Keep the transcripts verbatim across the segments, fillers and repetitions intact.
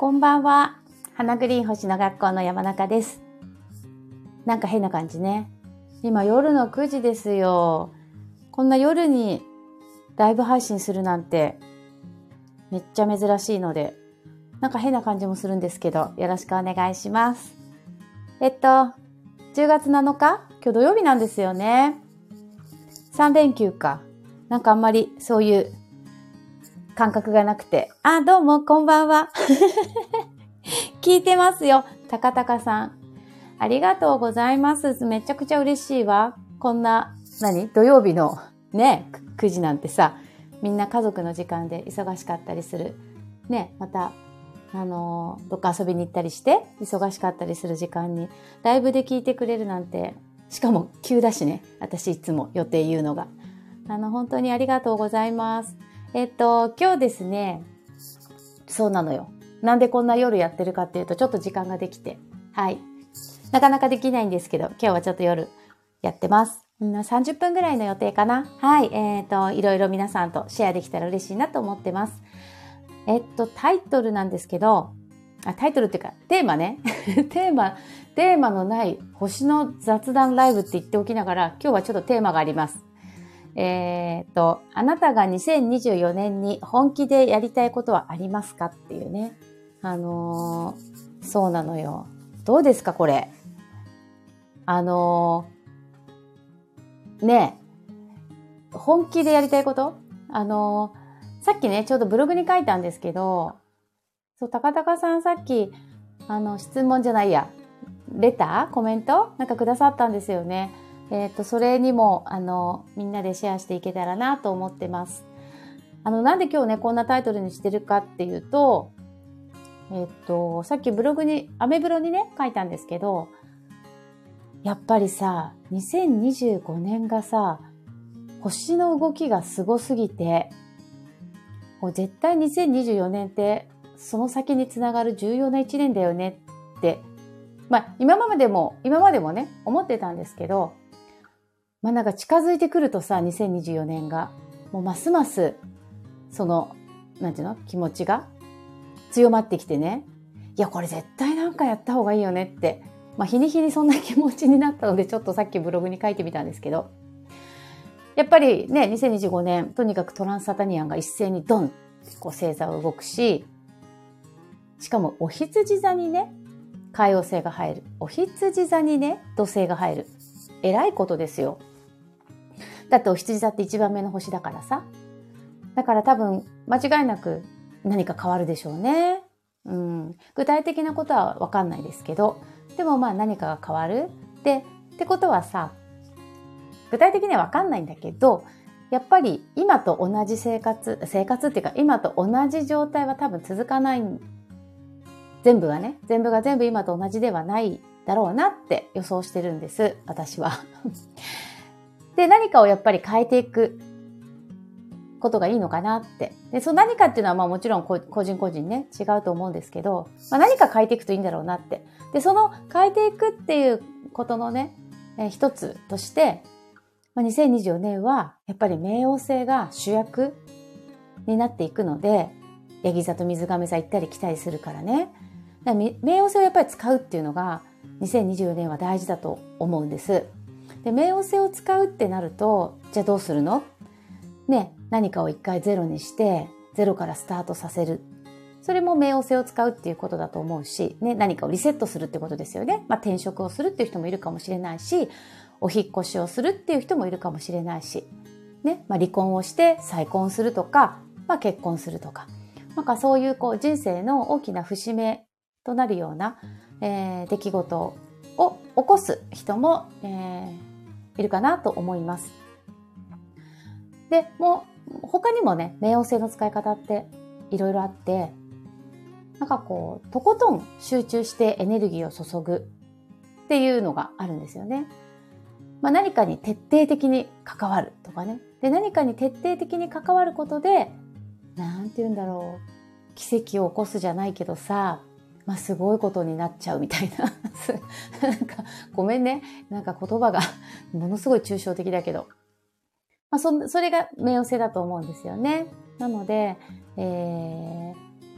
こんばんは。花グリーン星の学校の山中です。なんか変な感じね。今夜のくじですよ。こんな夜にライブ配信するなんてめっちゃ珍しいので、なんか変な感じもするんですけど、よろしくお願いします。えっと、じゅうがつなのか、今日土曜日なんですよね。さんれんきゅうか。なんかあんまりそういう感覚がなくて。あ、どうも、こんばんは。聞いてますよ。たかたかさん。ありがとうございます。めちゃくちゃ嬉しいわ。こんな、何土曜日のね、くじなんてさ、みんな家族の時間で忙しかったりする。ね、また、あのー、どっか遊びに行ったりして、忙しかったりする時間に、ライブで聞いてくれるなんて、しかも急だしね。私いつも予定言うのが。あの、本当にありがとうございます。えっと、今日ですね、そうなのよ。なんでこんな夜やってるかっていうと、ちょっと時間ができて。はい。なかなかできないんですけど、今日はちょっと夜やってます。さんじゅっぷんぐらいの予定かな。はい。えっと、いろいろ皆さんとシェアできたら嬉しいなと思ってます。えっと、タイトルなんですけど、あ、タイトルっていうか、テーマね。テーマ、テーマのない星の雑談ライブって言っておきながら、今日はちょっとテーマがあります。えっと、あなたがにせんにじゅうよねんに本気でやりたいことはありますかっていうね。あのー、そうなのよ。どうですかこれ。あのー、ねえ、本気でやりたいことあのー、さっきね、ちょうどブログに書いたんですけど、そう、たかたかさんさっき、あの、質問じゃないや、レターコメントなんかくださったんですよね。えっと、それにも、あの、みんなでシェアしていけたらなと思ってます。あの、なんで今日ね、こんなタイトルにしてるかっていうと、えっと、さっきブログに、アメブロにね、書いたんですけど、やっぱりさ、にせんにじゅうごねんがさ、星の動きがすごすぎて、もう絶対にせんにじゅうよねんって、その先につながる重要ないちねんだよねって、まあ、今までも、今までもね、思ってたんですけど、まあなんか近づいてくるとさ、にせんにじゅうよねんが、もうますます、その、なんていうの気持ちが強まってきてね。いや、これ絶対なんかやった方がいいよねって、まあ日に日にそんな気持ちになったので、ちょっとさっきブログに書いてみたんですけど、やっぱりね、にせんにじゅうごねん、とにかくトランスサタニアンが一斉にドンってこう星座を動くし、しかもお羊座にね、海王星が入る。お羊座にね、土星が入る。えらいことですよ。だってお羊座って一番目の星だからさ。だから多分間違いなく何か変わるでしょうね。うん、具体的なことは分かんないですけど、でもまあ何かが変わる。で、ってことはさ、具体的には分かんないんだけど、やっぱり今と同じ生活、生活っていうか今と同じ状態は多分続かない。全部がね、全部が全部今と同じではないだろうなって予想してるんです、私は。で、何かをやっぱり変えていくことがいいのかなって。で、その何かっていうのはまあもちろん個人個人ね、違うと思うんですけど、まあ、何か変えていくといいんだろうなって。で、その変えていくっていうことのね、えー、一つとして、まあ、にせんにじゅうよねんはやっぱり冥王星が主役になっていくので、ヤギ座と水亀座行ったり来たりするからね。だから冥王星をやっぱり使うっていうのがにせんにじゅうよねんは大事だと思うんです。で、冥王星を使うってなると、じゃあどうするの？ね、何かを一回ゼロにして、ゼロからスタートさせる。それも冥王星を使うっていうことだと思うし、ね、何かをリセットするってことですよね。まあ転職をするっていう人もいるかもしれないし、お引っ越しをするっていう人もいるかもしれないし、ね、まあ離婚をして再婚するとか、まあ結婚するとか、なんかそういうこう人生の大きな節目となるような、えー、出来事を起こす人も、えー、いるかなと思います。で、もう他にもね、冥王星の使い方っていろいろあって、なんかこう、とことん集中してエネルギーを注ぐっていうのがあるんですよね。まあ何かに徹底的に関わるとかね。で、何かに徹底的に関わることで、なんて言うんだろう、奇跡を起こすじゃないけどさ、まあすごいことになっちゃうみたいな。なんかごめんね。なんか言葉がものすごい抽象的だけど。まあそ、それが冥王星だと思うんですよね。なので、えー、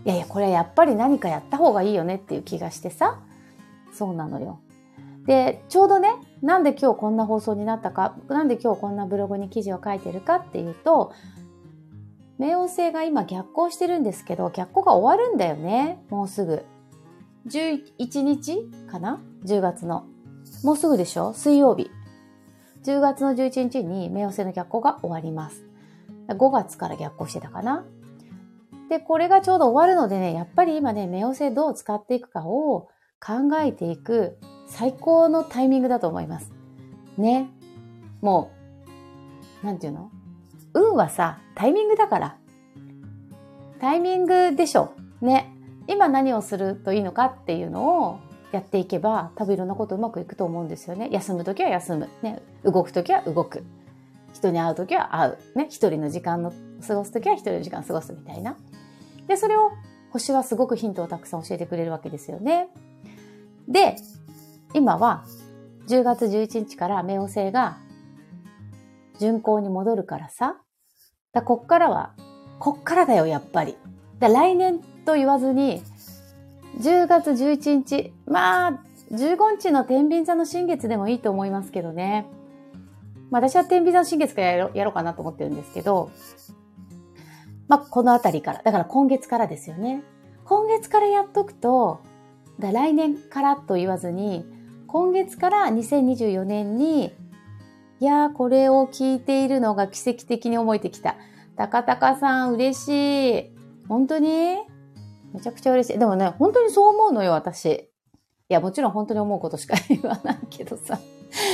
いやいや、これやっぱり何かやった方がいいよねっていう気がしてさ。そうなのよ。で、ちょうどね、なんで今日こんな放送になったか、なんで今日こんなブログに記事を書いてるかっていうと、冥王星が今逆行してるんですけど、逆行が終わるんだよね。もうすぐ。じゅういちにちかな ?じゅうがつの。もうすぐでしょ水曜日。じゅうがつのじゅういちにちに冥王星の逆行が終わります。ごがつから逆行してたかな。で、これがちょうど終わるのでね、やっぱり今ね、冥王星どう使っていくかを考えていく最高のタイミングだと思います。ね。もう、なんていうの？運はさ、タイミングだから。タイミングでしょ。ね。今何をするといいのかっていうのをやっていけば、多分いろんなことうまくいくと思うんですよね。休むときは休む。ね。動くときは動く。人に会うときは会う。ね。一人の時間の過ごすときは一人の時間過ごすみたいな。で、それを星はすごくヒントをたくさん教えてくれるわけですよね。で、今はじゅうがつじゅういちにちから冥王星が巡行に戻るからさ。だこっからは、こっからだよ、やっぱり。だ来年と言わずに、じゅうがつじゅういちにち、まあ、じゅうごにちの天秤座の新月でもいいと思いますけどね。まあ私は天秤座の新月からやろう、やろうかなと思ってるんですけど、まあこのあたりから、だから今月からですよね。今月からやっとくと、だ来年からと言わずに、今月からにせんにじゅうよねんに、いやーこれを聞いているのが奇跡的に思えてきた。たかたかさん嬉しい。本当にめちゃくちゃ嬉しい。でもね、本当にそう思うのよ、私。いや、もちろん本当に思うことしか言わないけどさ。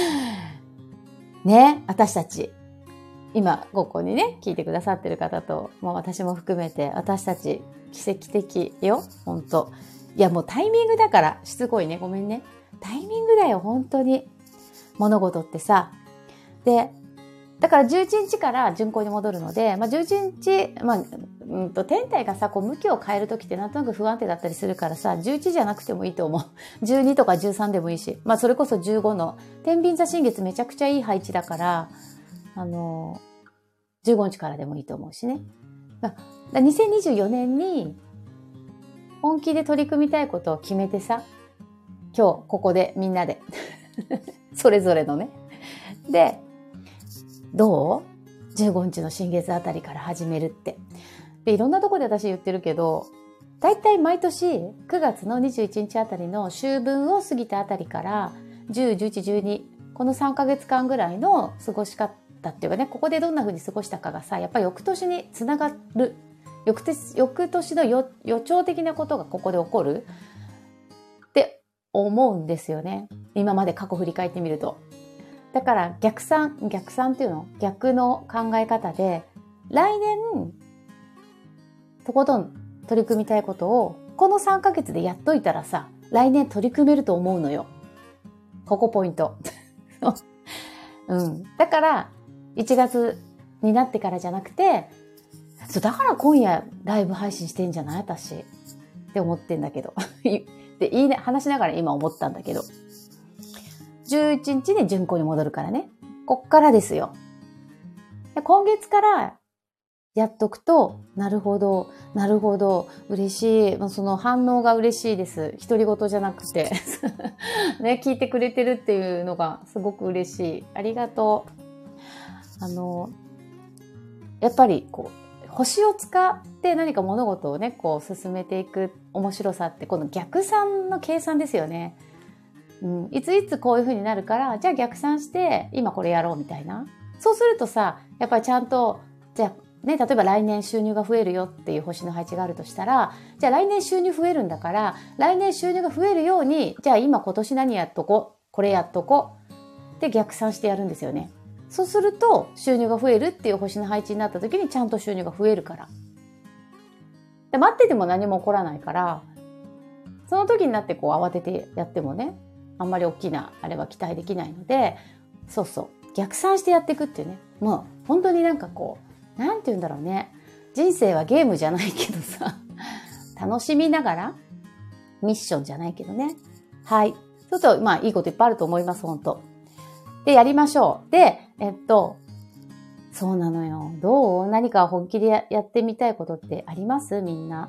ね、私たち。今、ここにね、聞いてくださってる方と、もう私も含めて、私たち、奇跡的よ、本当。いや、もうタイミングだから、しつこいね、ごめんね。タイミングだよ、本当に。物事ってさ。で、だからじゅういちにちから巡行に戻るので、まあ、じゅういちにち、まあ、うんと、天体がさ、こう、向きを変えるときってなんとなく不安定だったりするからさ、じゅういちじゃなくてもいいと思う。じゅうにとかじゅうさんでもいいし、まあ、それこそじゅうごの、天秤座新月めちゃくちゃいい配置だから、あの、じゅうごにちからでもいいと思うしね。まあ、にせんにじゅうよねんに、本気で取り組みたいことを決めてさ、今日、ここでみんなで、それぞれのね。で、どう ?じゅうごにちの新月あたりから始めるって。で、いろんなとこで私言ってるけど、だいたい毎年くがつのにじゅういちにちあたりの秋分を過ぎたあたりから、じゅう、じゅういち、じゅうに、このさんかげつかんぐらいの過ごし方っていうかね、ここでどんな風に過ごしたかがさ、やっぱり翌年につながる。翌年、翌年の予、予兆的なことがここで起こるって思うんですよね。今まで過去振り返ってみると。だから逆算、逆算っていうの逆の考え方で、来年、とことん取り組みたいことを、このさんかげつでやっといたらさ、来年取り組めると思うのよ。ここポイント。うん。だから、いちがつになってからじゃなくて、そう、だから今夜ライブ配信してんじゃない私。って思ってんだけど。で、いいね、話しながら今思ったんだけど。じゅういちにちで巡行に戻るからね。こっからですよ。で今月からやっとくと、なるほど、なるほど、嬉しい。その反応が嬉しいです。独り言じゃなくて。ね、聞いてくれてるっていうのがすごく嬉しい。ありがとう。あの、やっぱりこう、星を使って何か物事をね、こう進めていく面白さって、この逆算の計算ですよね。うん、いついつこういう風になるから、じゃあ逆算して今これやろうみたいな。そうするとさ、やっぱりちゃんと、じゃあね、例えば来年収入が増えるよっていう星の配置があるとしたら、じゃあ来年収入増えるんだから、来年収入が増えるように、じゃあ今今年何やっとこう、これやっとこうって逆算してやるんですよね。そうすると収入が増えるっていう星の配置になった時にちゃんと収入が増えるから。で待ってても何も起こらないから、その時になってこう慌ててやってもね、あんまり大きなあれは期待できないので、そうそう、逆算してやっていくっていうね。もう本当になんかこう、なんて言うんだろうね。人生はゲームじゃないけどさ、楽しみながら、ミッションじゃないけどね。はい。ちょっとまあいいこといっぱいあると思います、本当。で、やりましょう。で、えっと、そうなのよ。どう？何か本気でやってみたいことってあります？みんな。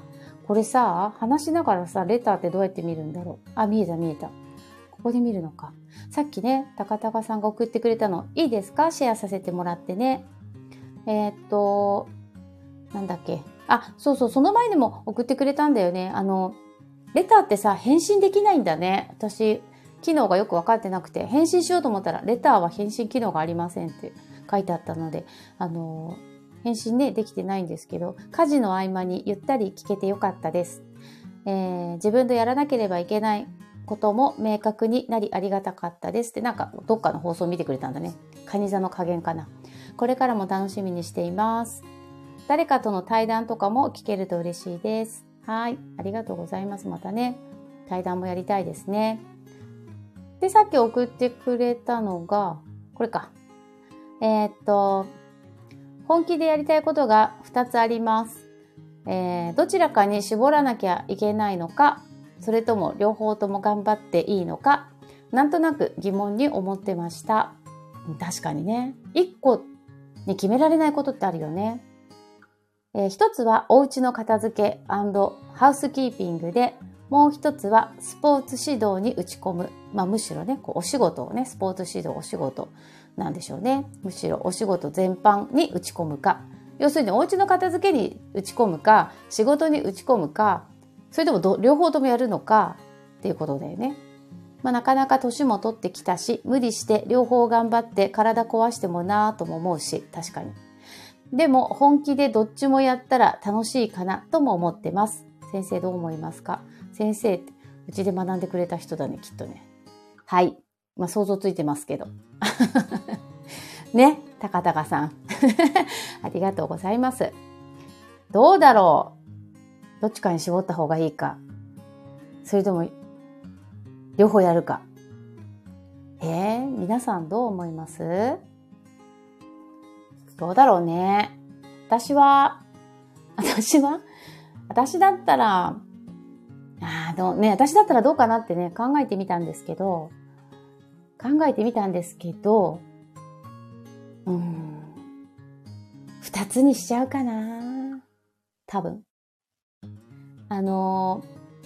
これさ、話しながらさ、レターってどうやって見るんだろう。あ、見えた見えた。ここで見るのか。さっきね、たかたかさんが送ってくれたの、いいですか？シェアさせてもらってね。えー、っと、なんだっけ。あ、そうそう、その前にも送ってくれたんだよね。あの、レターってさ、返信できないんだね。私、機能がよく分かってなくて、返信しようと思ったら、レターは返信機能がありませんって書いてあったので、あの、返信ね、できてないんですけど、家事の合間にゆったり聞けてよかったです。えー、自分でやらなければいけないことも明確になりありがたかったですって、なんかどっかの放送を見てくれたんだね。蟹座の加減かな。これからも楽しみにしています。誰かとの対談とかも聞けると嬉しいです。はい。ありがとうございます。またね、対談もやりたいですね。で、さっき送ってくれたのが、これか。えー、っと、本気でやりたいことがふたつあります。えー、どちらかに絞らなきゃいけないのか、それとも両方とも頑張っていいのか、なんとなく疑問に思ってました。確かにね、一個に決められないことってあるよね。えー、一つはお家の片付け&ハウスキーピングで、もう一つはスポーツ指導に打ち込む。まあむしろね、こうお仕事をね、スポーツ指導お仕事なんでしょうね。むしろお仕事全般に打ち込むか。要するにお家の片付けに打ち込むか、仕事に打ち込むか、それともど両方ともやるのかっていうことだよね。まあなかなか年も取ってきたし、無理して両方頑張って体壊してもなぁとも思うし、確かに。でも本気でどっちもやったら楽しいかなとも思ってます。先生どう思いますか？先生ってうちで学んでくれた人だね、きっとね。はい。まあ想像ついてますけど。ね、たかたかさん。ありがとうございます。どうだろう？どっちかに絞った方がいいか。それとも両方やるか。えー、皆さんどう思います？どうだろうね。私は、私は私だったら、あのね、私だったらどうかなってね、考えてみたんですけど、考えてみたんですけど、うーん、二つにしちゃうかな。多分。あの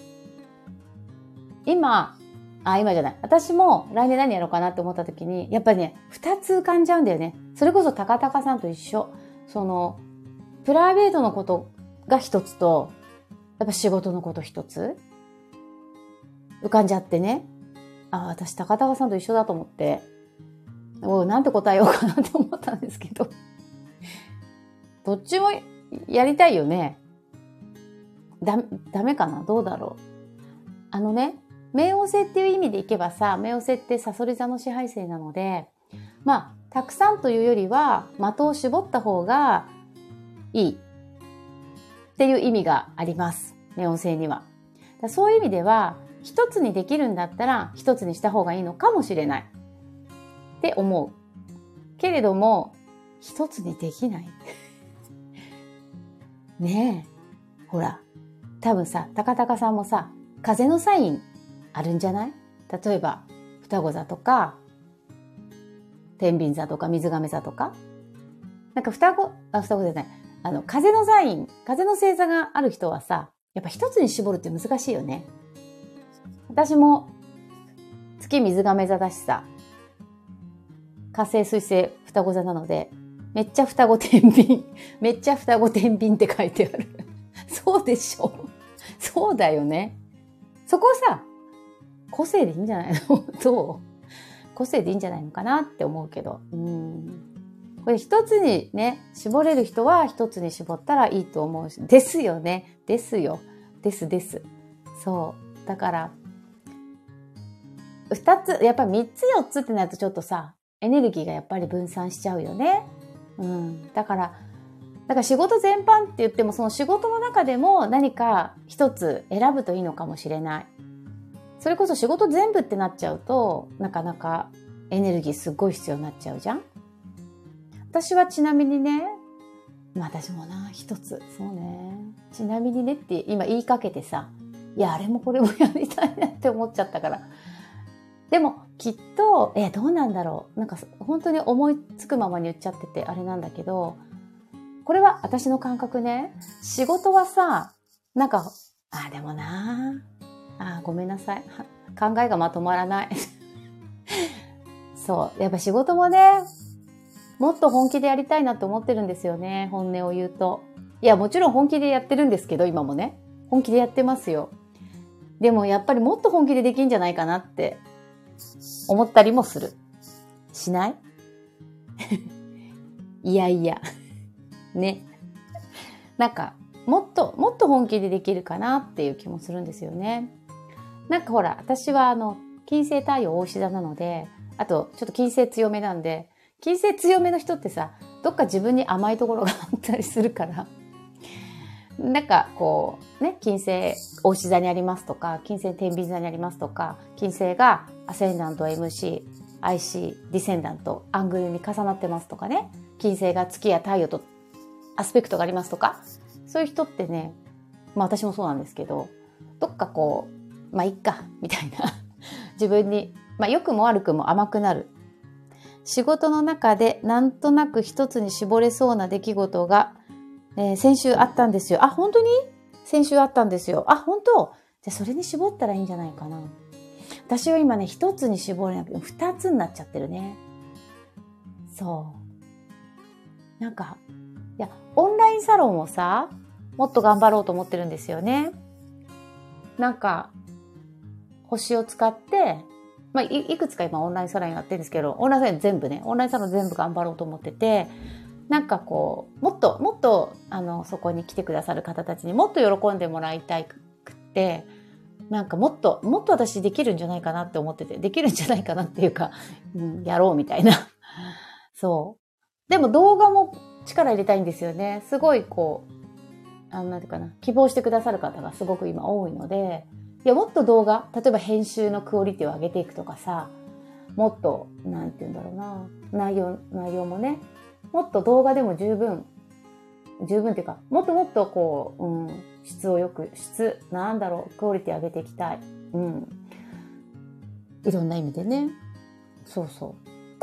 ー、今、あ、今じゃない。私も来年何やろうかなって思った時に、やっぱりね、二つ浮かんじゃうんだよね。それこそ高高さんと一緒。その、プライベートのことが一つと、やっぱ仕事のこと一つ浮かんじゃってね。あ、私高高さんと一緒だと思って、おい、なんて答えようかなって思ったんですけど。どっちもやりたいよね。だ、ダメかな？どうだろう。あのね、冥王星っていう意味でいけばさ、冥王星ってさそり座の支配星なので、まあ、たくさんというよりは、的を絞った方がいいっていう意味があります。冥王星には。だそういう意味では、一つにできるんだったら、一つにした方がいいのかもしれない。って思う。けれども、一つにできない。ねえ。ほら、多分さ、高高さんもさ、風のサインあるんじゃない？例えば、双子座とか、天秤座とか、水亀座とか。なんか双子、あ、双子じゃない。あの、風のサイン、風の星座がある人はさ、やっぱ一つに絞るって難しいよね。私も、月水亀座だしさ、火星水星双子座なので、めっちゃ双子天秤、めっちゃ双子天秤って書いてある。そうでしょ？そうだよね。そこさ、個性でいいんじゃないの？どう？個性でいいんじゃないのかなって思うけど。うん。これ一つにね、絞れる人は一つに絞ったらいいと思うし。ですよね。ですよ。ですです。そう。だから、二つ、やっぱり三つ四つってなるとちょっとさ、エネルギーがやっぱり分散しちゃうよね。うん。だから、だから仕事全般って言っても、その仕事の中でも何か一つ選ぶといいのかもしれない。それこそ仕事全部ってなっちゃうと、なかなかエネルギーすっごい必要になっちゃうじゃん。私はちなみにね、まあ私もな、一つ、そうね。ちなみにねって今言いかけてさ、いや、あれもこれもやりたいなって思っちゃったから。でもきっと、え、どうなんだろう。なんか本当に思いつくままに言っちゃっててあれなんだけど、これは私の感覚ね。仕事はさ、なんかあ、でもなあ、ごめんなさい。考えがまとまらない。そう。やっぱ仕事もね、もっと本気でやりたいなと思ってるんですよね。本音を言うと。いや、もちろん本気でやってるんですけど、今もね。本気でやってますよ。でもやっぱりもっと本気でできんじゃないかなって思ったりもする。しないいやいや。ね。なんか、もっと、もっと本気でできるかなっていう気もするんですよね。なんかほら、私はあの、金星太陽大志座なので、あと、ちょっと金星強めなんで、金星強めの人ってさ、どっか自分に甘いところがあったりするから、なんかこう、ね、金星大志座にありますとか、金星天秤座にありますとか、金星がアセンダント エムシー、アイシー、ディセンダント、アングルに重なってますとかね、金星が月や太陽とアスペクトがありますとか、そういう人ってね、まあ私もそうなんですけど、どっかこう、まあいっか、みたいな。自分に、まあ良くも悪くも甘くなる。仕事の中でなんとなく一つに絞れそうな出来事が、えー、先週あったんですよ。あ、本当に先週あったんですよ。あ、本当じゃあそれに絞ったらいいんじゃないかな。私は今ね、一つに絞れなくて二つになっちゃってるね。そう。なんか、いや、オンラインサロンをさ、もっと頑張ろうと思ってるんですよね。なんか、星を使って、まあ、い, いくつか今オンラインサロンやってるんですけど、オンラインサロン全部ね、オンラインサロン全部頑張ろうと思ってて、なんかこう、もっと、もっと、あの、そこに来てくださる方たちにもっと喜んでもらいたくて、なんかもっと、もっと私できるんじゃないかなって思ってて、できるんじゃないかなっていうか、うん、やろうみたいな。そう。でも動画も力入れたいんですよね。すごいこう、あの、なんていうかな、希望してくださる方がすごく今多いので、いや、もっと動画、例えば編集のクオリティを上げていくとかさ、もっと、なんていうんだろうな、内容、内容もね、もっと動画でも十分、十分っていうか、もっともっとこう、うん、質をよく、質、なんだろう、クオリティ上げていきたい。うん。いろんな意味でね。そうそう。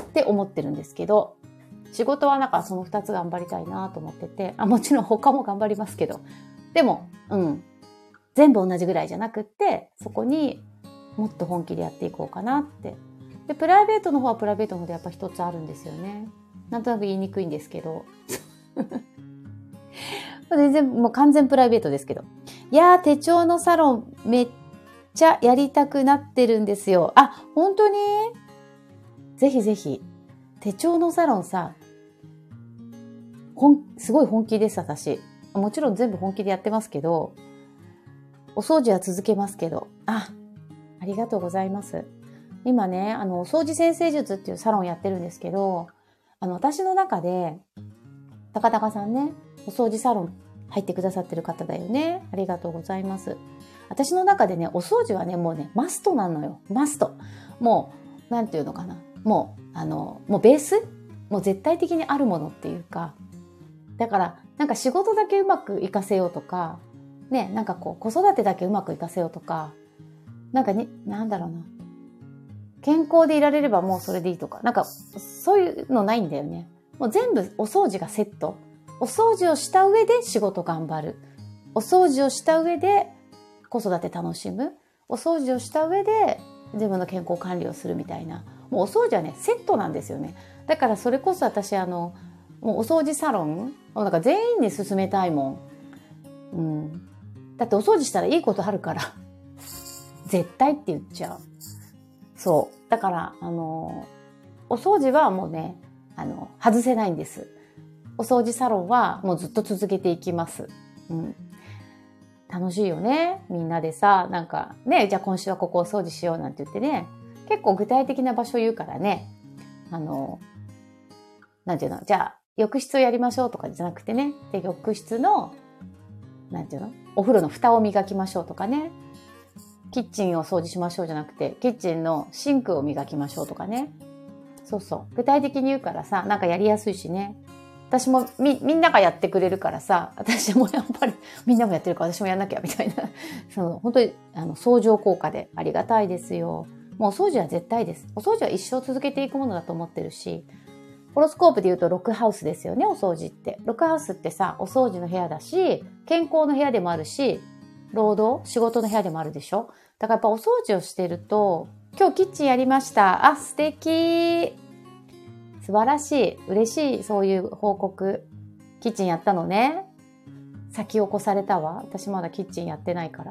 って思ってるんですけど、仕事はなんかその二つ頑張りたいなと思ってて、あ、もちろん他も頑張りますけど、でも、うん。全部同じぐらいじゃなくって、そこにもっと本気でやっていこうかなって。で、プライベートの方はプライベートの方でやっぱ一つあるんですよね。なんとなく言いにくいんですけど。全然、もう完全プライベートですけど。いやー、手帳のサロンめっちゃやりたくなってるんですよ。あ、本当に？ぜひぜひ。手帳のサロンさ、ほん、すごい本気です、私。もちろん全部本気でやってますけど、お掃除は続けますけど、あ、ありがとうございます。今ね、あの、お掃除先生術っていうサロンやってるんですけど、あの、私の中で、高高さんね、お掃除サロン入ってくださってる方だよね。ありがとうございます。私の中でね、お掃除はね、もうね、マストなのよ。マスト。もう、なんていうのかな。もう、あの、もうベースもう絶対的にあるものっていうか、だから、なんか仕事だけうまくいかせようとか、ね、なんかこう、子育てだけうまくいかせようとか、なんかに、なんだろうな。健康でいられればもうそれでいいとか、なんか、そういうのないんだよね。もう全部お掃除がセット。お掃除をした上で仕事頑張る。お掃除をした上で子育て楽しむ。お掃除をした上で自分の健康管理をするみたいな。もうお掃除はね、セットなんですよね。だからそれこそ私、あの、もうお掃除サロン、もうなんか全員に勧めたいもん。うん。だってお掃除したらいいことあるから。絶対って言っちゃう。そう。だから、あの、お掃除はもうね、あの、外せないんです。お掃除サロンはもうずっと続けていきます。うん。楽しいよね。みんなでさ、なんかね、じゃあ今週はここお掃除しようなんて言ってね、結構具体的な場所言うからね、あの、なんていうの、じゃあ浴室をやりましょうとかじゃなくてね、で浴室の、なんていうの、お風呂の蓋を磨きましょうとかね、キッチンを掃除しましょうじゃなくて、キッチンのシンクを磨きましょうとかね。そうそう。具体的に言うからさ、なんかやりやすいしね。私もみ、みんながやってくれるからさ、私もやっぱりみんなもやってるから私もやんなきゃみたいな。その本当にあの相乗効果でありがたいですよ。もうお掃除は絶対です。お掃除は一生続けていくものだと思ってるし、ホロスコープで言うとロックハウスですよね、お掃除って。ロックハウスってさ、お掃除の部屋だし、健康の部屋でもあるし、 労働、仕事の部屋でもあるでしょ。だからやっぱお掃除をしてると、今日キッチンやりました。あ、素敵。素晴らしい。嬉しい。そういう報告。キッチンやったのね。先を越されたわ。私まだキッチンやってないから。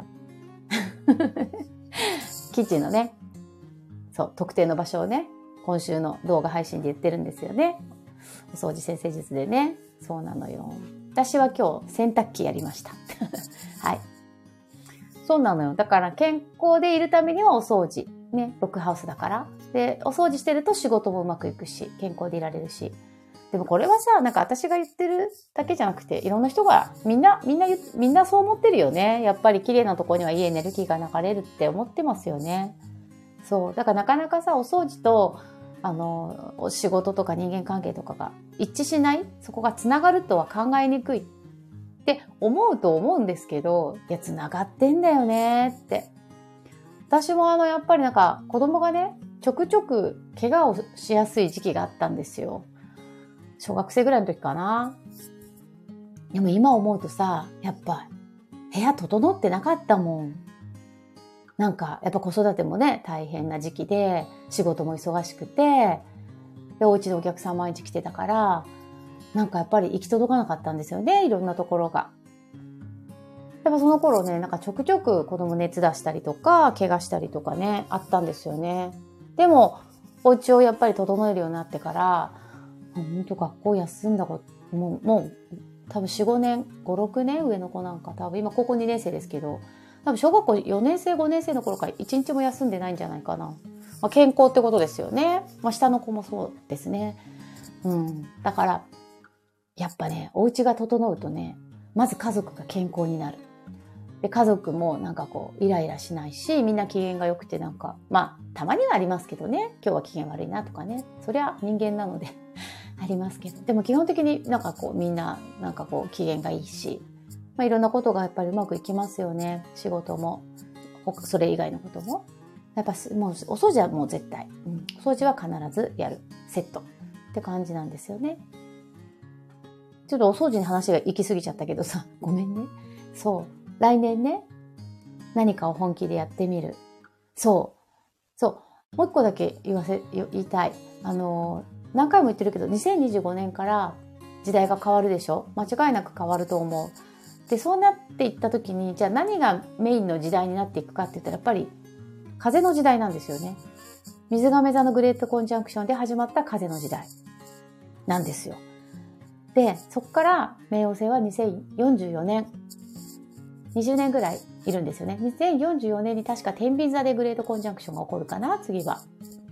キッチンのね、そう、特定の場所をね、今週の動画配信で言ってるんですよね。お掃除先生術でね。そうなのよ。私は今日洗濯機やりました。はい。そうなのよ。だから健康でいるためにはお掃除。ね、ロックハウスだから。で、お掃除してると仕事もうまくいくし、健康でいられるし。でもこれはさ、なんか私が言ってるだけじゃなくて、いろんな人が、みんな、みんな、みんなそう思ってるよね。やっぱり綺麗なところにはいいエネルギーが流れるって思ってますよね。そう。だからなかなかさ、お掃除と、あの、仕事とか人間関係とかが一致しない、そこがつながるとは考えにくいって思うと思うんですけど、いや、つながってんだよねって。私もあの、やっぱりなんか子供がね、ちょくちょく怪我をしやすい時期があったんですよ。小学生ぐらいの時かな。でも今思うとさ、やっぱ部屋整ってなかったもん。なんかやっぱ子育てもね、大変な時期で、仕事も忙しくて、で、お家のお客さん毎日来てたから、なんかやっぱり行き届かなかったんですよね、いろんなところが。やっぱその頃ね、なんかちょくちょく子供熱出したりとか、怪我したりとかね、あったんですよね。でも、お家をやっぱり整えるようになってから、本当学校休んだこと、もう、もう、多分よん、ごねん、ご、ろくねん上の子なんか多分今高校にねん生ですけど、多分小学校よねん生、ごねん生の頃からいちにちも休んでないんじゃないかな。まあ、健康ってことですよね。まあ、下の子もそうですね。うん。だから、やっぱね、お家が整うとね、まず家族が健康になる。で、家族もなんかこう、イライラしないし、みんな機嫌が良くてなんか、まあ、たまにはありますけどね、今日は機嫌悪いなとかね、そりゃ人間なのでありますけど、でも基本的になんかこう、みんななんかこう、機嫌がいいし、まあ、いろんなことがやっぱりうまくいきますよね。仕事も、それ以外のことも。やっぱもう、お掃除はもう絶対、うん、お掃除は必ずやる。セットって感じなんですよね。ちょっとお掃除の話が行き過ぎちゃったけどさ、ごめんね。そう。来年ね、何かを本気でやってみる。そう。そう。もう一個だけ言わせ、言いたい。あの、何回も言ってるけど、にせんにじゅうごねんから時代が変わるでしょ？間違いなく変わると思う。で、そうなっていった時に、じゃあ何がメインの時代になっていくかって言ったら、やっぱり風の時代なんですよね。水亀座のグレートコンジャンクションで始まった風の時代なんですよ。で、そこから冥王星はにせんよんじゅうよねん、にじゅうねんぐらいいるんですよね。にせんよんじゅうよねんに確か天秤座でグレートコンジャンクションが起こるかな、次は。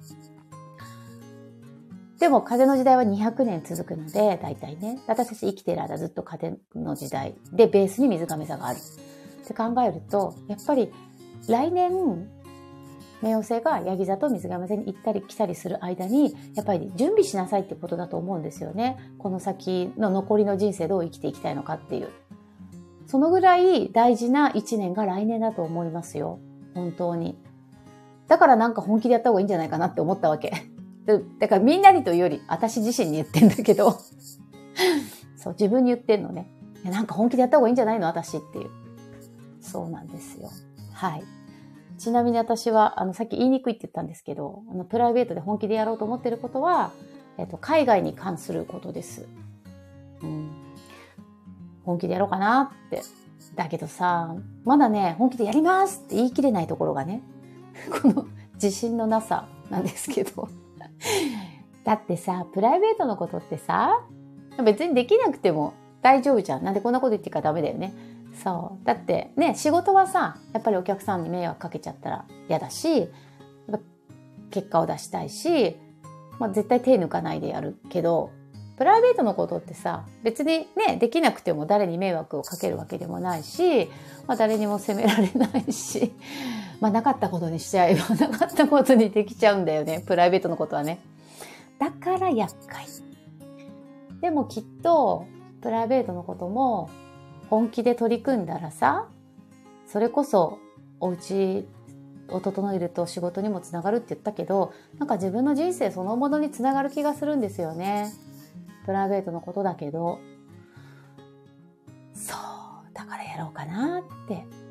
でも風の時代はにひゃくねん続くので、大体ね。私たち生きてる間ずっと風の時代で、ベースに水亀座がある。って考えると、やっぱり来年、冥王星がヤギ座と水亀座に行ったり来たりする間に、やっぱり準備しなさいってことだと思うんですよね。この先の残りの人生どう生きていきたいのかっていう。そのぐらい大事な一年が来年だと思いますよ。本当に。だからなんか本気でやった方がいいんじゃないかなって思ったわけ。だからみんなにというより、私自身に言ってんだけど。そう、自分に言ってんのね。いやなんか本気でやった方がいいんじゃないの私っていう。そうなんですよ。はい。ちなみに私は、あの、さっき言いにくいって言ったんですけど、あの、プライベートで本気でやろうと思ってることは、えっと、海外に関することです。うん。本気でやろうかなって。だけどさ、まだね、本気でやりますって言い切れないところがね、この自信のなさなんですけど。だってさ、プライベートのことってさ、別にできなくても大丈夫じゃん。なんでこんなこと言ってるかダメだよね。そう。だってね、仕事はさ、やっぱりお客さんに迷惑かけちゃったら嫌だし、やっぱ結果を出したいし、まあ、絶対手抜かないでやるけど、プライベートのことってさ、別にね、できなくても誰に迷惑をかけるわけでもないし、まあ、誰にも責められないし、まあ、なかったことにしちゃえば、なかったことにできちゃうんだよね。プライベートのことはね。だから厄介。でもきっと、プライベートのことも本気で取り組んだらさ、それこそお家を整えると仕事にもつながるって言ったけど、なんか自分の人生そのものにつながる気がするんですよね。プライベートのことだけど。そう。だからやろうかなって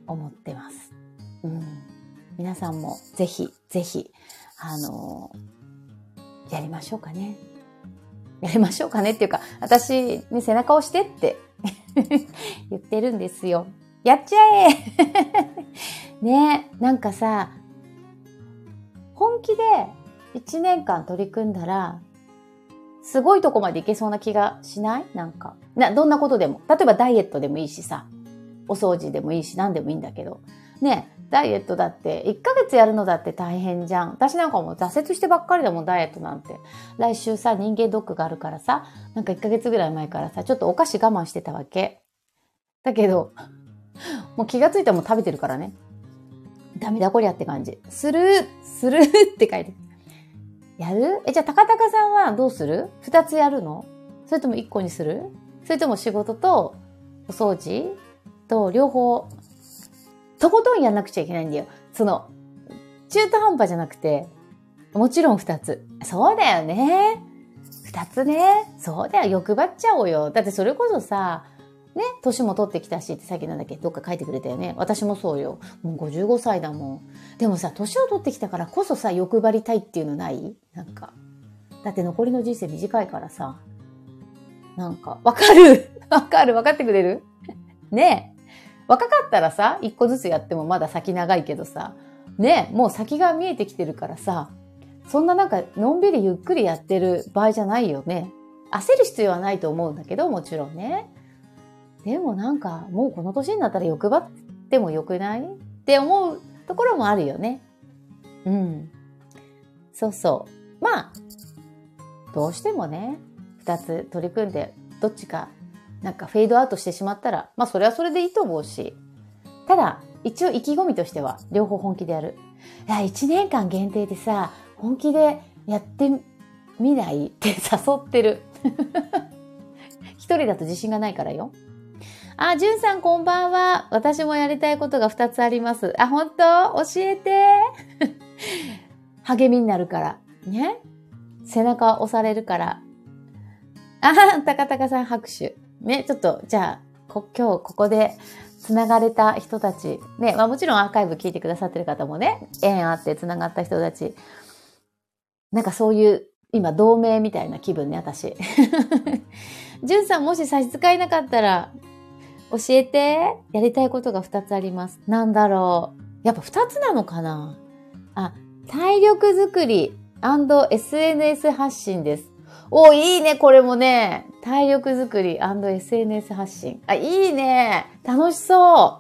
思ってます。うん。皆さんもぜひ、ぜひ、あのー、やりましょうかね。やりましょうかねっていうか、私に背中を押してって言ってるんですよ。やっちゃえねえ、なんかさ、本気でいちねんかん取り組んだら、すごいとこまでいけそうな気がしない？なんか。な、どんなことでも。例えばダイエットでもいいしさ、お掃除でもいいし、何でもいいんだけど。ねえ、ダイエットだって、いっかげつやるのだって大変じゃん。私なんかもう挫折してばっかりだもん、ダイエットなんて。来週さ、人間ドックがあるからさ、なんかいっかげつぐらい前からさ、ちょっとお菓子我慢してたわけ。だけど、もう気がついたらもう食べてるからね。ダメだこりゃって感じ。するするって書いて。やる？え、じゃあ、高高さんはどうする？二つやるの？それとも一個にする？それとも仕事とお掃除と両方、とことんやんなくちゃいけないんだよ。その、中途半端じゃなくて、もちろん二つ。そうだよね。二つね。そうだよ。欲張っちゃおうよ。だってそれこそさ、ね、年も取ってきたしってさっきなんだっけどっか書いてくれたよね。私もそうよ。もうごじゅうごさいだもん。でもさ、年を取ってきたからこそさ、欲張りたいっていうのない？なんか。だって残りの人生短いからさ。なんか、わかるわかるわかってくれるねえ。若かったらさ、一個ずつやってもまだ先長いけどさ。ねえ、もう先が見えてきてるからさ。そんななんか、のんびりゆっくりやってる場合じゃないよね。焦る必要はないと思うんだけど、もちろんね。でもなんか、もうこの年になったら欲張ってもよくないって思うところもあるよね。うん。そうそう。まあ、どうしてもね、二つ取り組んで、どっちか、なんかフェードアウトしてしまったら、まあそれはそれでいいと思うし。ただ、一応意気込みとしては、両方本気でやる。いや、一年間限定でさ、本気でやってみないって誘ってる。一人だと自信がないからよ。あ、じゅんさんこんばんは。私もやりたいことが二つあります。あ、本当？教えて。励みになるから。ね。背中押されるから。あ、たかたかさん拍手。ね、ちょっと、じゃあ、こ今日ここで繋がれた人たち。ね、まあもちろんアーカイブ聞いてくださってる方もね、縁あって繋がった人たち。なんかそういう、今同盟みたいな気分ね、私。じゅんさんもし差し支えなかったら、教えて。やりたいことが二つあります。なんだろう。やっぱ二つなのかな？あ、体力づくり &エスエヌエス 発信です。お、いいね、これもね。体力づくり &エスエヌエス 発信。あ、いいね。楽しそう。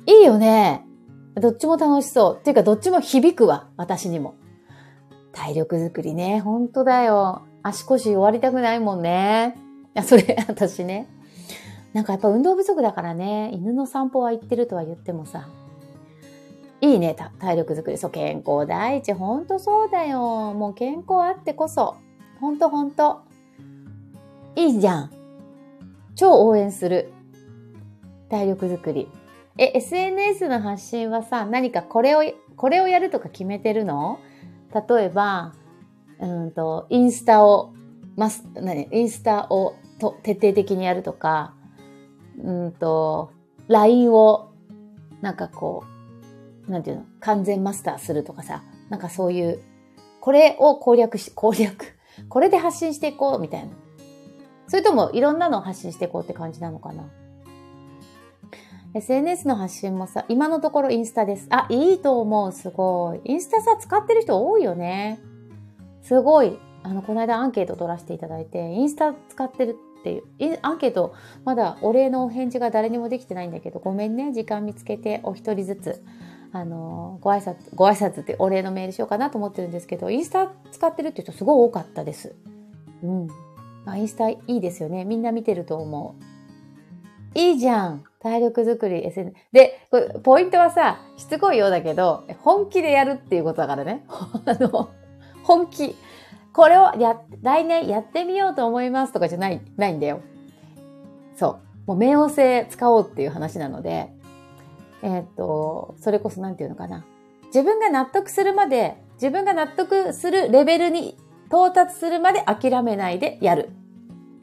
いいよね。どっちも楽しそう。っていうか、どっちも響くわ。私にも。体力づくりね。ほんとだよ。足腰弱りたくないもんね。あ、それ、私ね。なんかやっぱ運動不足だからね、犬の散歩は行ってるとは言ってもさ、いいね、体力づくり。そう、健康第一。ほんとそうだよ。もう健康あってこそ。ほんとほんと。いいじゃん。超応援する。体力づくり。え、エスエヌエス の発信はさ、何かこれを、これをやるとか決めてるの？例えば、うんと、インスタを、ます、何、インスタをと徹底的にやるとか、うんと、ライン を、なんかこう、なんていうの、完全マスターするとかさ、なんかそういう、これを攻略し、攻略、これで発信していこうみたいな。それともいろんなのを発信していこうって感じなのかな。エスエヌエス の発信もさ、今のところインスタです。あ、いいと思う、すごい。インスタさ、使ってる人多いよね。すごい。あの、この間アンケート取らせていただいて、インスタ使ってるっていう、アンケート、まだお礼のお返事が誰にもできてないんだけど、ごめんね、時間見つけてお一人ずつ、あの、ご挨拶、ご挨拶ってお礼のメールしようかなと思ってるんですけど、インスタ使ってるって人すごい多かったです。うん。あ、インスタいいですよね。みんな見てると思う。いいじゃん。体力づくり エスエヌエス。で、これポイントはさ、しつこいようだけど、本気でやるっていうことだからね。あの、本気。これをや、来年やってみようと思いますとかじゃない、ないんだよ。そう。もう冥王星使おうっていう話なので、えっと、それこそなんていうのかな。自分が納得するまで、自分が納得するレベルに到達するまで諦めないでやる。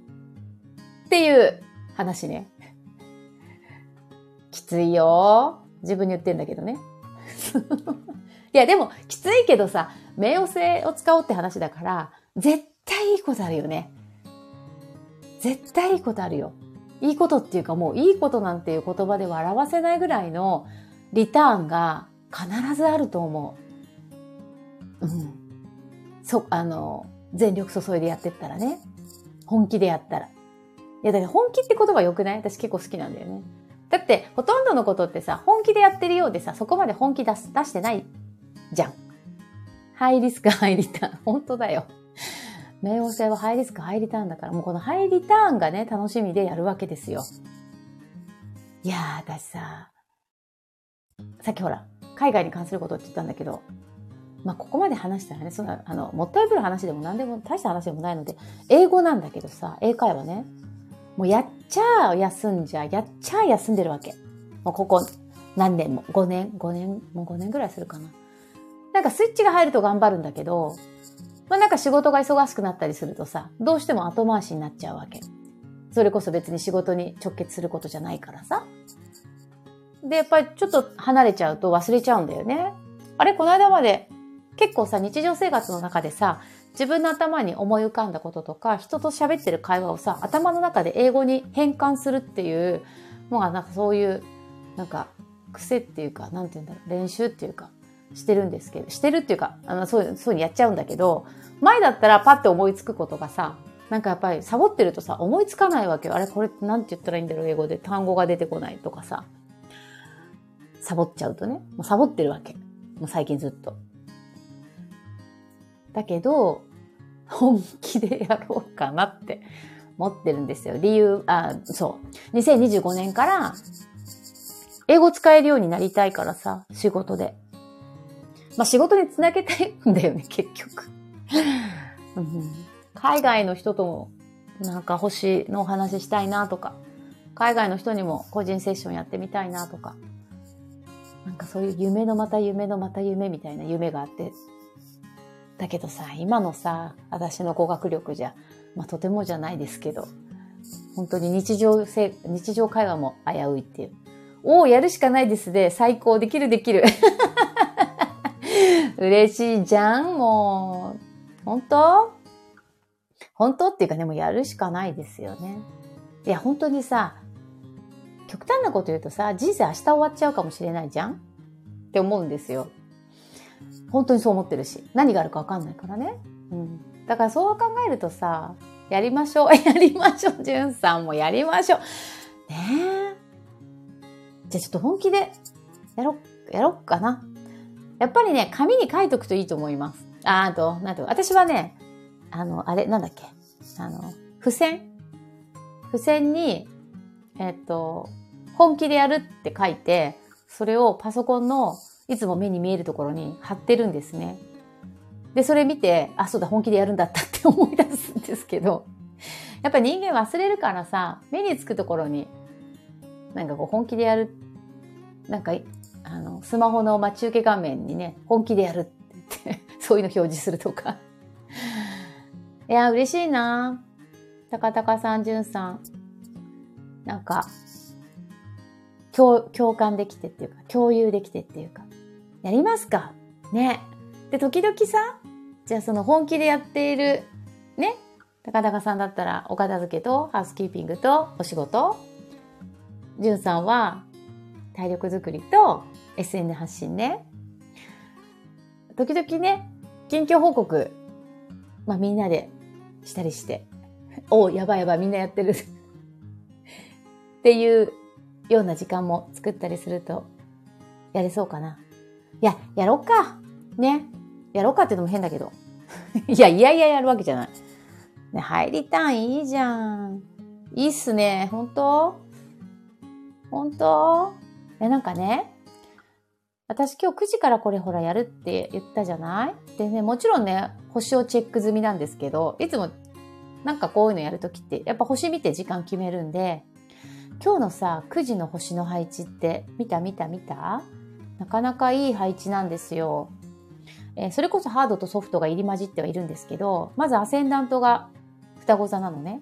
っていう話ね。きついよ。 自分に言ってんだけどね。いや、でも、きついけどさ、冥王星を使おうって話だから、絶対いいことあるよね。絶対いいことあるよ。いいことっていうか、もういいことなんていう言葉では表せないぐらいのリターンが必ずあると思う。うん。そ、あの、全力注いでやってったらね。本気でやったら。いや、だから本気って言葉良くない？私結構好きなんだよね。だって、ほとんどのことってさ、本気でやってるようでさ、そこまで本気出す、出してないじゃん。ハイリスク、ハイリターン。本当だよ。冥王星はハイリスク、ハイリターンだから、もうこのハイリターンがね、楽しみでやるわけですよ。いやー、私さ、さっきほら、海外に関することって言ったんだけど、まあ、ここまで話したらね、そんな、あの、もったいぶる話でも何でも、大した話でもないので、英語なんだけどさ、英会話ね、もうやっちゃ休んじゃ、やっちゃ休んでるわけ。もうここ何年も、ごねん、ごねん、もうごねんぐらいするかな。なんかスイッチが入ると頑張るんだけど、まあなんか仕事が忙しくなったりするとさ、どうしても後回しになっちゃうわけ。それこそ別に仕事に直結することじゃないからさ。で、やっぱりちょっと離れちゃうと忘れちゃうんだよね。あれ、この間まで結構さ、日常生活の中でさ、自分の頭に思い浮かんだこととか、人と喋ってる会話をさ、頭の中で英語に変換するっていう、もうなんかそういう、なんか癖っていうか、なんて言うんだろう、練習っていうか、してるんですけど、してるっていうか、あの、そういう、そういうにやっちゃうんだけど、前だったらパッて思いつくことがさ、なんかやっぱりサボってるとさ、思いつかないわけよ。あれ、これってなんて言ったらいいんだろう、英語で。単語が出てこないとかさ。サボっちゃうとね。もうサボってるわけ。もう最近ずっと。だけど、本気でやろうかなって思ってるんですよ。理由、あ、そう。にせんにじゅうごねんから、英語使えるようになりたいからさ、仕事で。まあ仕事につなげたいんだよね、結局。うん、海外の人とも、なんか星のお話ししたいなとか、海外の人にも個人セッションやってみたいなとか、なんかそういう夢のまた夢のまた夢みたいな夢があって、だけどさ、今のさ、私の語学力じゃ、まあとてもじゃないですけど、本当に日常せ、日常会話も危ういっていう。おー、やるしかないですね。最高。できるできる。嬉しいじゃん、もう。本当本当っていうかね、もうやるしかないですよね。いや、本当にさ、極端なこと言うとさ、人生明日終わっちゃうかもしれないじゃんって思うんですよ。本当にそう思ってるし。何があるかわかんないからね。うん。だからそう考えるとさ、やりましょう。やりましょう。じゅんさんもやりましょう。ねえ。じゃあちょっと本気でやろ、やろっかな。やっぱりね、紙に書いとくといいと思います。あーと、なんと、私はね、あの、あれ、なんだっけ。あの、付箋付箋に、えっと、本気でやるって書いて、それをパソコンのいつも目に見えるところに貼ってるんですね。で、それ見て、あ、そうだ、本気でやるんだったって思い出すんですけど、やっぱ人間忘れるからさ、目につくところに、なんかこう本気でやる、なんか、あの、スマホの待ち受け画面にね、本気でやるって言って、そういうの表示するとか。いや、嬉しいな。たかたかさん、じゅんさん。なんか、共、共感できてっていうか、共有できてっていうか。やりますかね。で、時々さ、じゃあその本気でやっている、ね。たかたかさんだったら、お片付けと、ハウスキーピングと、お仕事。じゅんさんは、体力づくりと、エスエヌエス 発信ね。時々ね、近況報告、まあみんなでしたりして、おやばいやばいみんなやってるっていうような時間も作ったりすると、やれそうかな。いや、やろうか。ね。やろうかっていうのも変だけど。いや、いやいややるわけじゃない。ね、入りたいいいじゃん。いいっすね。本当本当え、なんかね、私今日くじからこれほらやるって言ったじゃないでね、もちろんね、星をチェック済みなんですけど、いつもなんかこういうのやるときって、やっぱ星見て時間決めるんで、今日のさ、くじの星の配置って、見た見た見たなかなかいい配置なんですよ。えー、それこそハードとソフトが入り混じってはいるんですけど、まずアセンダントが双子座なのね。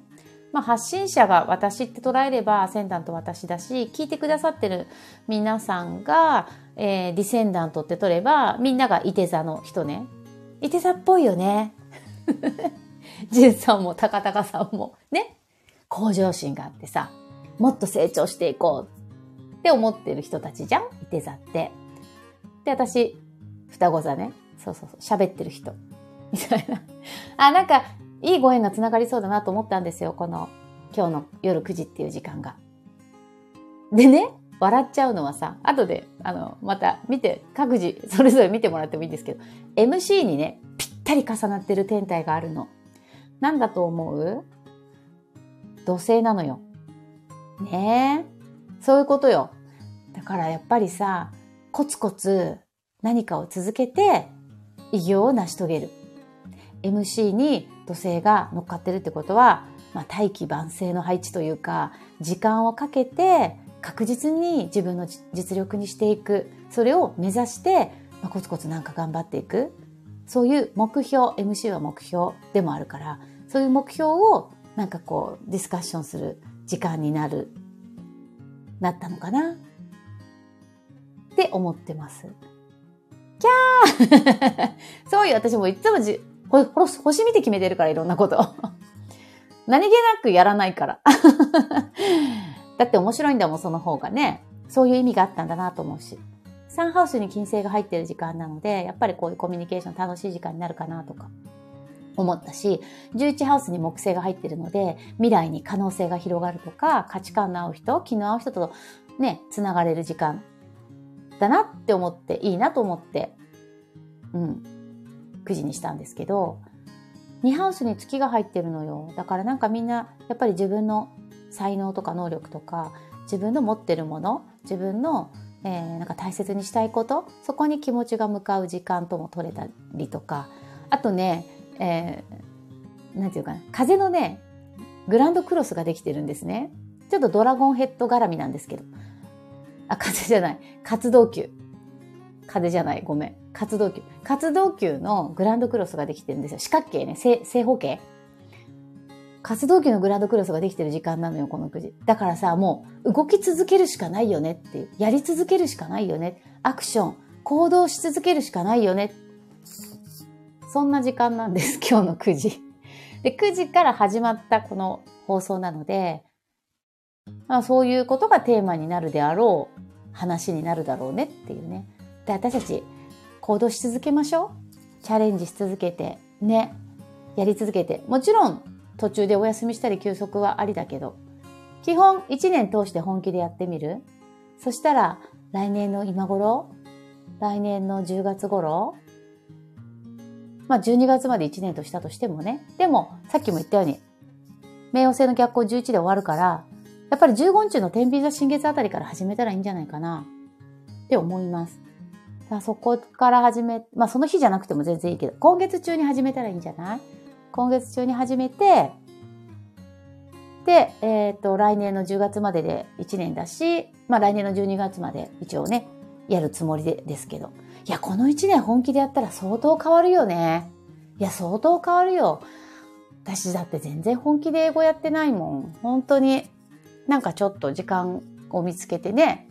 まあ発信者が私って捉えればアセンダント私だし、聞いてくださってる皆さんが、えー、ディセンダントって取れば、みんながいて座の人ね。いて座っぽいよね。ジュンさんも高高さんもね、向上心があってさ、もっと成長していこうって思ってる人たちじゃん、いて座って。で、私、双子座ね。そうそうそう、喋ってる人。みたいな。あ、なんか、いいご縁がつながりそうだなと思ったんですよ。この、今日の夜くじっていう時間が。でね、笑っちゃうのはさ、後で、あの、また見て、各自、それぞれ見てもらってもいいんですけど、エムシー にね、ぴったり重なってる天体があるの。なんだと思う？土星なのよ。ねえ。そういうことよ。だからやっぱりさ、コツコツ何かを続けて偉業を成し遂げる。エムシー に土星が乗っかってるってことは、まあ、大器晩成の配置というか、時間をかけて確実に自分の実力にしていく。それを目指して、まあ、コツコツなんか頑張っていく。そういう目標、エムシー は目標でもあるから、そういう目標をなんかこうディスカッションする時間になる、なったのかなって思ってます。キャーそういう私もいつもじほほ星見て決めてるから、いろんなこと。何気なくやらないから。だって面白いんだもん、その方がね。そういう意味があったんだなと思うし。サンハウスに金星が入ってる時間なので、やっぱりこういうコミュニケーション楽しい時間になるかなとか思ったし、じゅういちハウスに木星が入ってるので、未来に可能性が広がるとか、価値観の合う人、気の合う人とね、つながれる時間だなって思って、いいなと思って、うん、くじにしたんですけど、にハウスに月が入ってるのよ。だからなんかみんな、やっぱり自分の才能とか能力とか、自分の持ってるもの、自分の、えー、なんか大切にしたいこと、そこに気持ちが向かう時間とも取れたりとか、あとね、えー、なんていうかな、風のね、グランドクロスができてるんですね。ちょっとドラゴンヘッド絡みなんですけど。あ、風じゃない。活動球。風じゃない。ごめん。活動球。活動球のグランドクロスができてるんですよ。四角形ね。正、正方形。活動球のグランドクロスができてる時間なのよ、このくじ。だからさ、もう動き続けるしかないよねっていう。やり続けるしかないよね。アクション、行動し続けるしかないよね。そんな時間なんです、今日のくじ。で、くじから始まったこの放送なので、まあそういうことがテーマになるであろう話になるだろうねっていうね。で、私たち行動し続けましょう。チャレンジし続けて、ね。やり続けて。もちろん途中でお休みしたり休息はありだけど、基本いちねん通して本気でやってみる。そしたら来年の今頃、来年のじゅうがつ頃、まあじゅうにがつまでいちねんとしたとしてもね。でもさっきも言ったように、冥王星の逆行じゅういちで終わるから、やっぱりじゅうごにちの天秤座新月あたりから始めたらいいんじゃないかなって思います。そこから始め、まあその日じゃなくても全然いいけど、今月中に始めたらいいんじゃない？今月中に始めて、で、えっと、来年のじゅうがつまででいちねんだし、まあ来年のじゅうにがつまで一応ね、やるつもりでですけど。いや、このいちねん本気でやったら相当変わるよね。いや、相当変わるよ。私だって全然本気で英語やってないもん。本当に。なんかちょっと時間を見つけてね。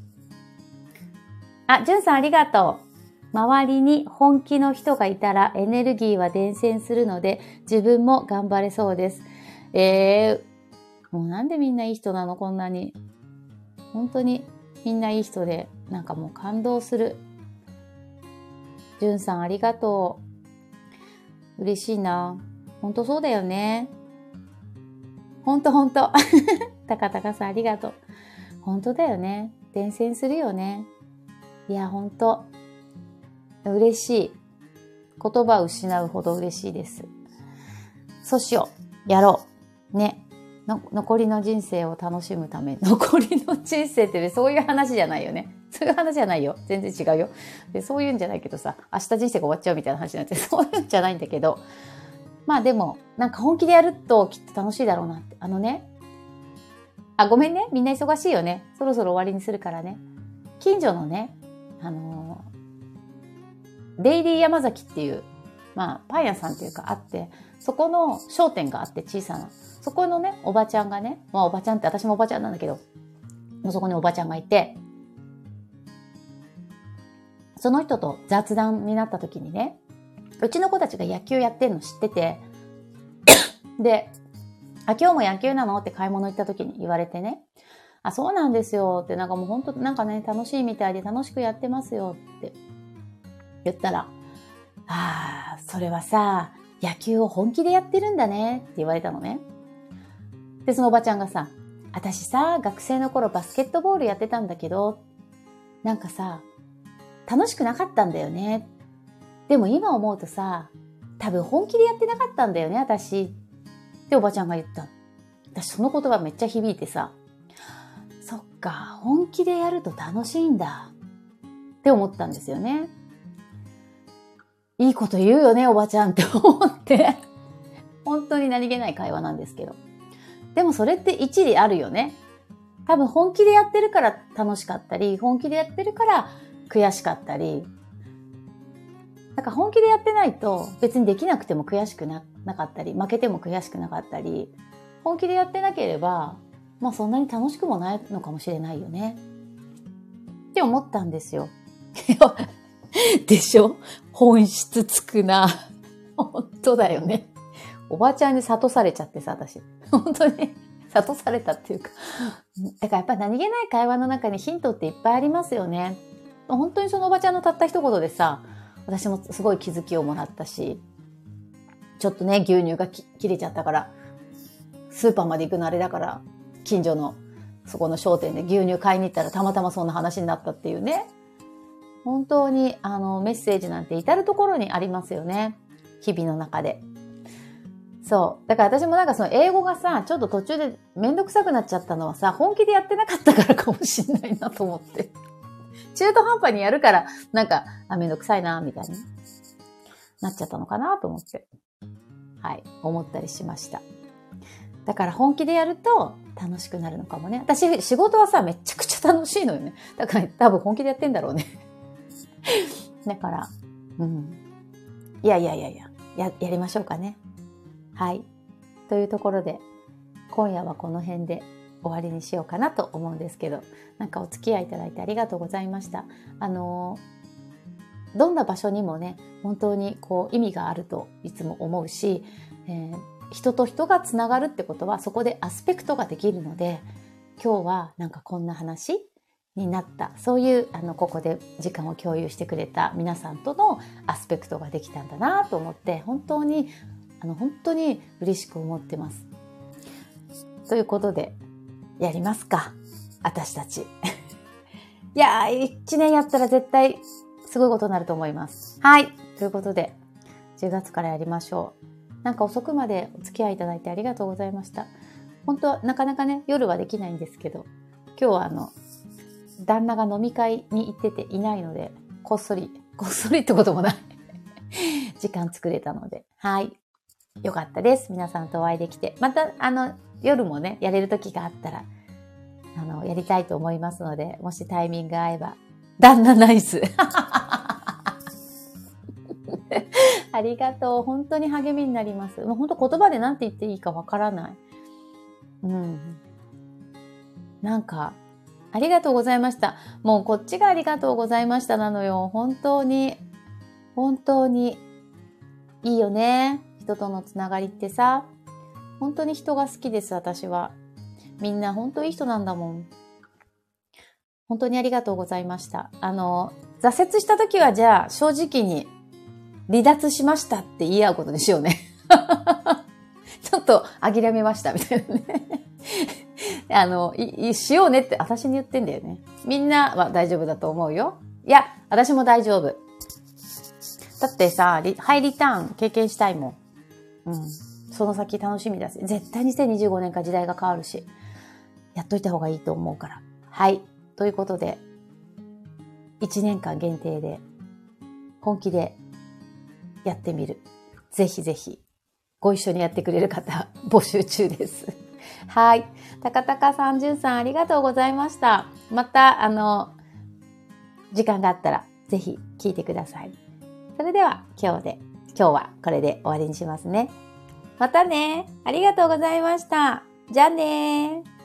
あ、じゅんさんありがとう。周りに本気の人がいたらエネルギーは伝染するので自分も頑張れそうです。えー、もうなんでみんないい人なのこんなに。本当にみんないい人で、なんかもう感動する。じゅんさんありがとう。嬉しいな。本当そうだよね。本当本当。たかたかさんありがとう。本当だよね。伝染するよね。いや、本当嬉しい。言葉を失うほど嬉しいです。そうしよう。やろう。ね。の残りの人生を楽しむため。残りの人生って、ね、そういう話じゃないよね。そういう話じゃないよ。全然違うよ。でそういうんじゃないけどさ、明日人生が終わっちゃうみたいな話になって、そういうんじゃないんだけど。まあでも、なんか本気でやるときっと楽しいだろうなって。あのね。あ、ごめんね。みんな忙しいよね。そろそろ終わりにするからね。近所のね、あのー、デイリー山崎っていう、まあ、パン屋さんっていうかあって、 そこの商店があって小さな。そこのね、おばちゃんがね、まあおばちゃんって私もおばちゃんなんだけど、もうそこにおばちゃんがいて、その人と雑談になった時にね、うちの子たちが野球やってんの知ってて、で、あ、今日も野球なのって買い物行った時に言われてね、あ、そうなんですよって、なんかもう本当なんかね、楽しいみたいで楽しくやってますよって言ったら、ああ、それはさ、野球を本気でやってるんだねって言われたのね。で、そのおばちゃんがさ、私さ、学生の頃バスケットボールやってたんだけど、なんかさ、楽しくなかったんだよね。でも今思うとさ、多分本気でやってなかったんだよね、私。っておばちゃんが言った。私その言葉めっちゃ響いてさ、そっか、本気でやると楽しいんだって思ったんですよね。いいこと言うよね、おばちゃんって思って。本当に何気ない会話なんですけど。でもそれって一理あるよね。多分本気でやってるから楽しかったり、本気でやってるから悔しかったり。なんか本気でやってないと別にできなくても悔しく な, なかったり、負けても悔しくなかったり、本気でやってなければ、まあそんなに楽しくもないのかもしれないよね。って思ったんですよ。でしょ？本質つくな。本当だよね。おばちゃんに諭されちゃってさ、私。本当に諭されたっていうか。だからやっぱり何気ない会話の中にヒントっていっぱいありますよね。本当にそのおばちゃんのたった一言でさ、私もすごい気づきをもらったし、ちょっとね、牛乳がき切れちゃったから、スーパーまで行くのあれだから、近所のそこの商店で牛乳買いに行ったらたまたまそんな話になったっていうね。本当にあのメッセージなんて至るところにありますよね。日々の中で。そう。だから私もなんかその英語がさ、ちょっと途中でめんどくさくなっちゃったのはさ、本気でやってなかったからかもしれないなと思って。中途半端にやるから、なんか、あ、めんどくさいな、みたいになっちゃったのかなと思って。はい。思ったりしました。だから本気でやると楽しくなるのかもね。私、仕事はさ、めちゃくちゃ楽しいのよね。だから多分本気でやってんだろうね。だから、うん。いやいやいやいや、や、やりましょうかね。はい。というところで、今夜はこの辺で終わりにしようかなと思うんですけど、なんかお付き合いいただいてありがとうございました。あの、どんな場所にもね、本当にこう意味があるといつも思うし、えー、人と人がつながるってことはそこでアスペクトができるので、今日はなんかこんな話になった、そういうあのここで時間を共有してくれた皆さんとのアスペクトができたんだなと思って、本当にあの本当に嬉しく思ってます。ということでやりますか、私たち。いやー、一年やったら絶対すごいことになると思います。はい。ということで、じゅうがつからやりましょう。なんか遅くまでお付き合いいただいてありがとうございました。本当はなかなかね、夜はできないんですけど、今日はあの、旦那が飲み会に行ってていないので、こっそり、こっそりってこともない時間作れたので、はい。よかったです。皆さんとお会いできて。また、あの、夜もね、やれる時があったら、あの、やりたいと思いますので、もしタイミング合えば、旦那ナイス。ありがとう。本当に励みになります。もう本当言葉で何て言っていいかわからない。うん。なんか、ありがとうございました。もうこっちがありがとうございましたなのよ。本当に、本当にいいよね。人とのつながりってさ。本当に人が好きです、私は。みんな本当いい人なんだもん。本当にありがとうございました。あの、挫折した時はじゃあ正直に離脱しましたって言い合うことにしようね。ちょっと諦めましたみたいなね。あの、い、い、しようねって私に言ってんだよね。みんなは大丈夫だと思うよ。いや、私も大丈夫。だってさ、ハイリターン経験したいもん。うん。その先楽しみだし、絶対にせんにじゅうごねんから時代が変わるし、やっといた方がいいと思うから。はい。ということで、いちねんかん限定で、本気でやってみる。ぜひぜひ、ご一緒にやってくれる方、募集中です。はい。たかたかさんじゅんさん、ありがとうございました。また、あの、時間があったら、ぜひ聞いてください。それでは、今日で、今日はこれで終わりにしますね。 またね。ありがとうございました。じゃあねー。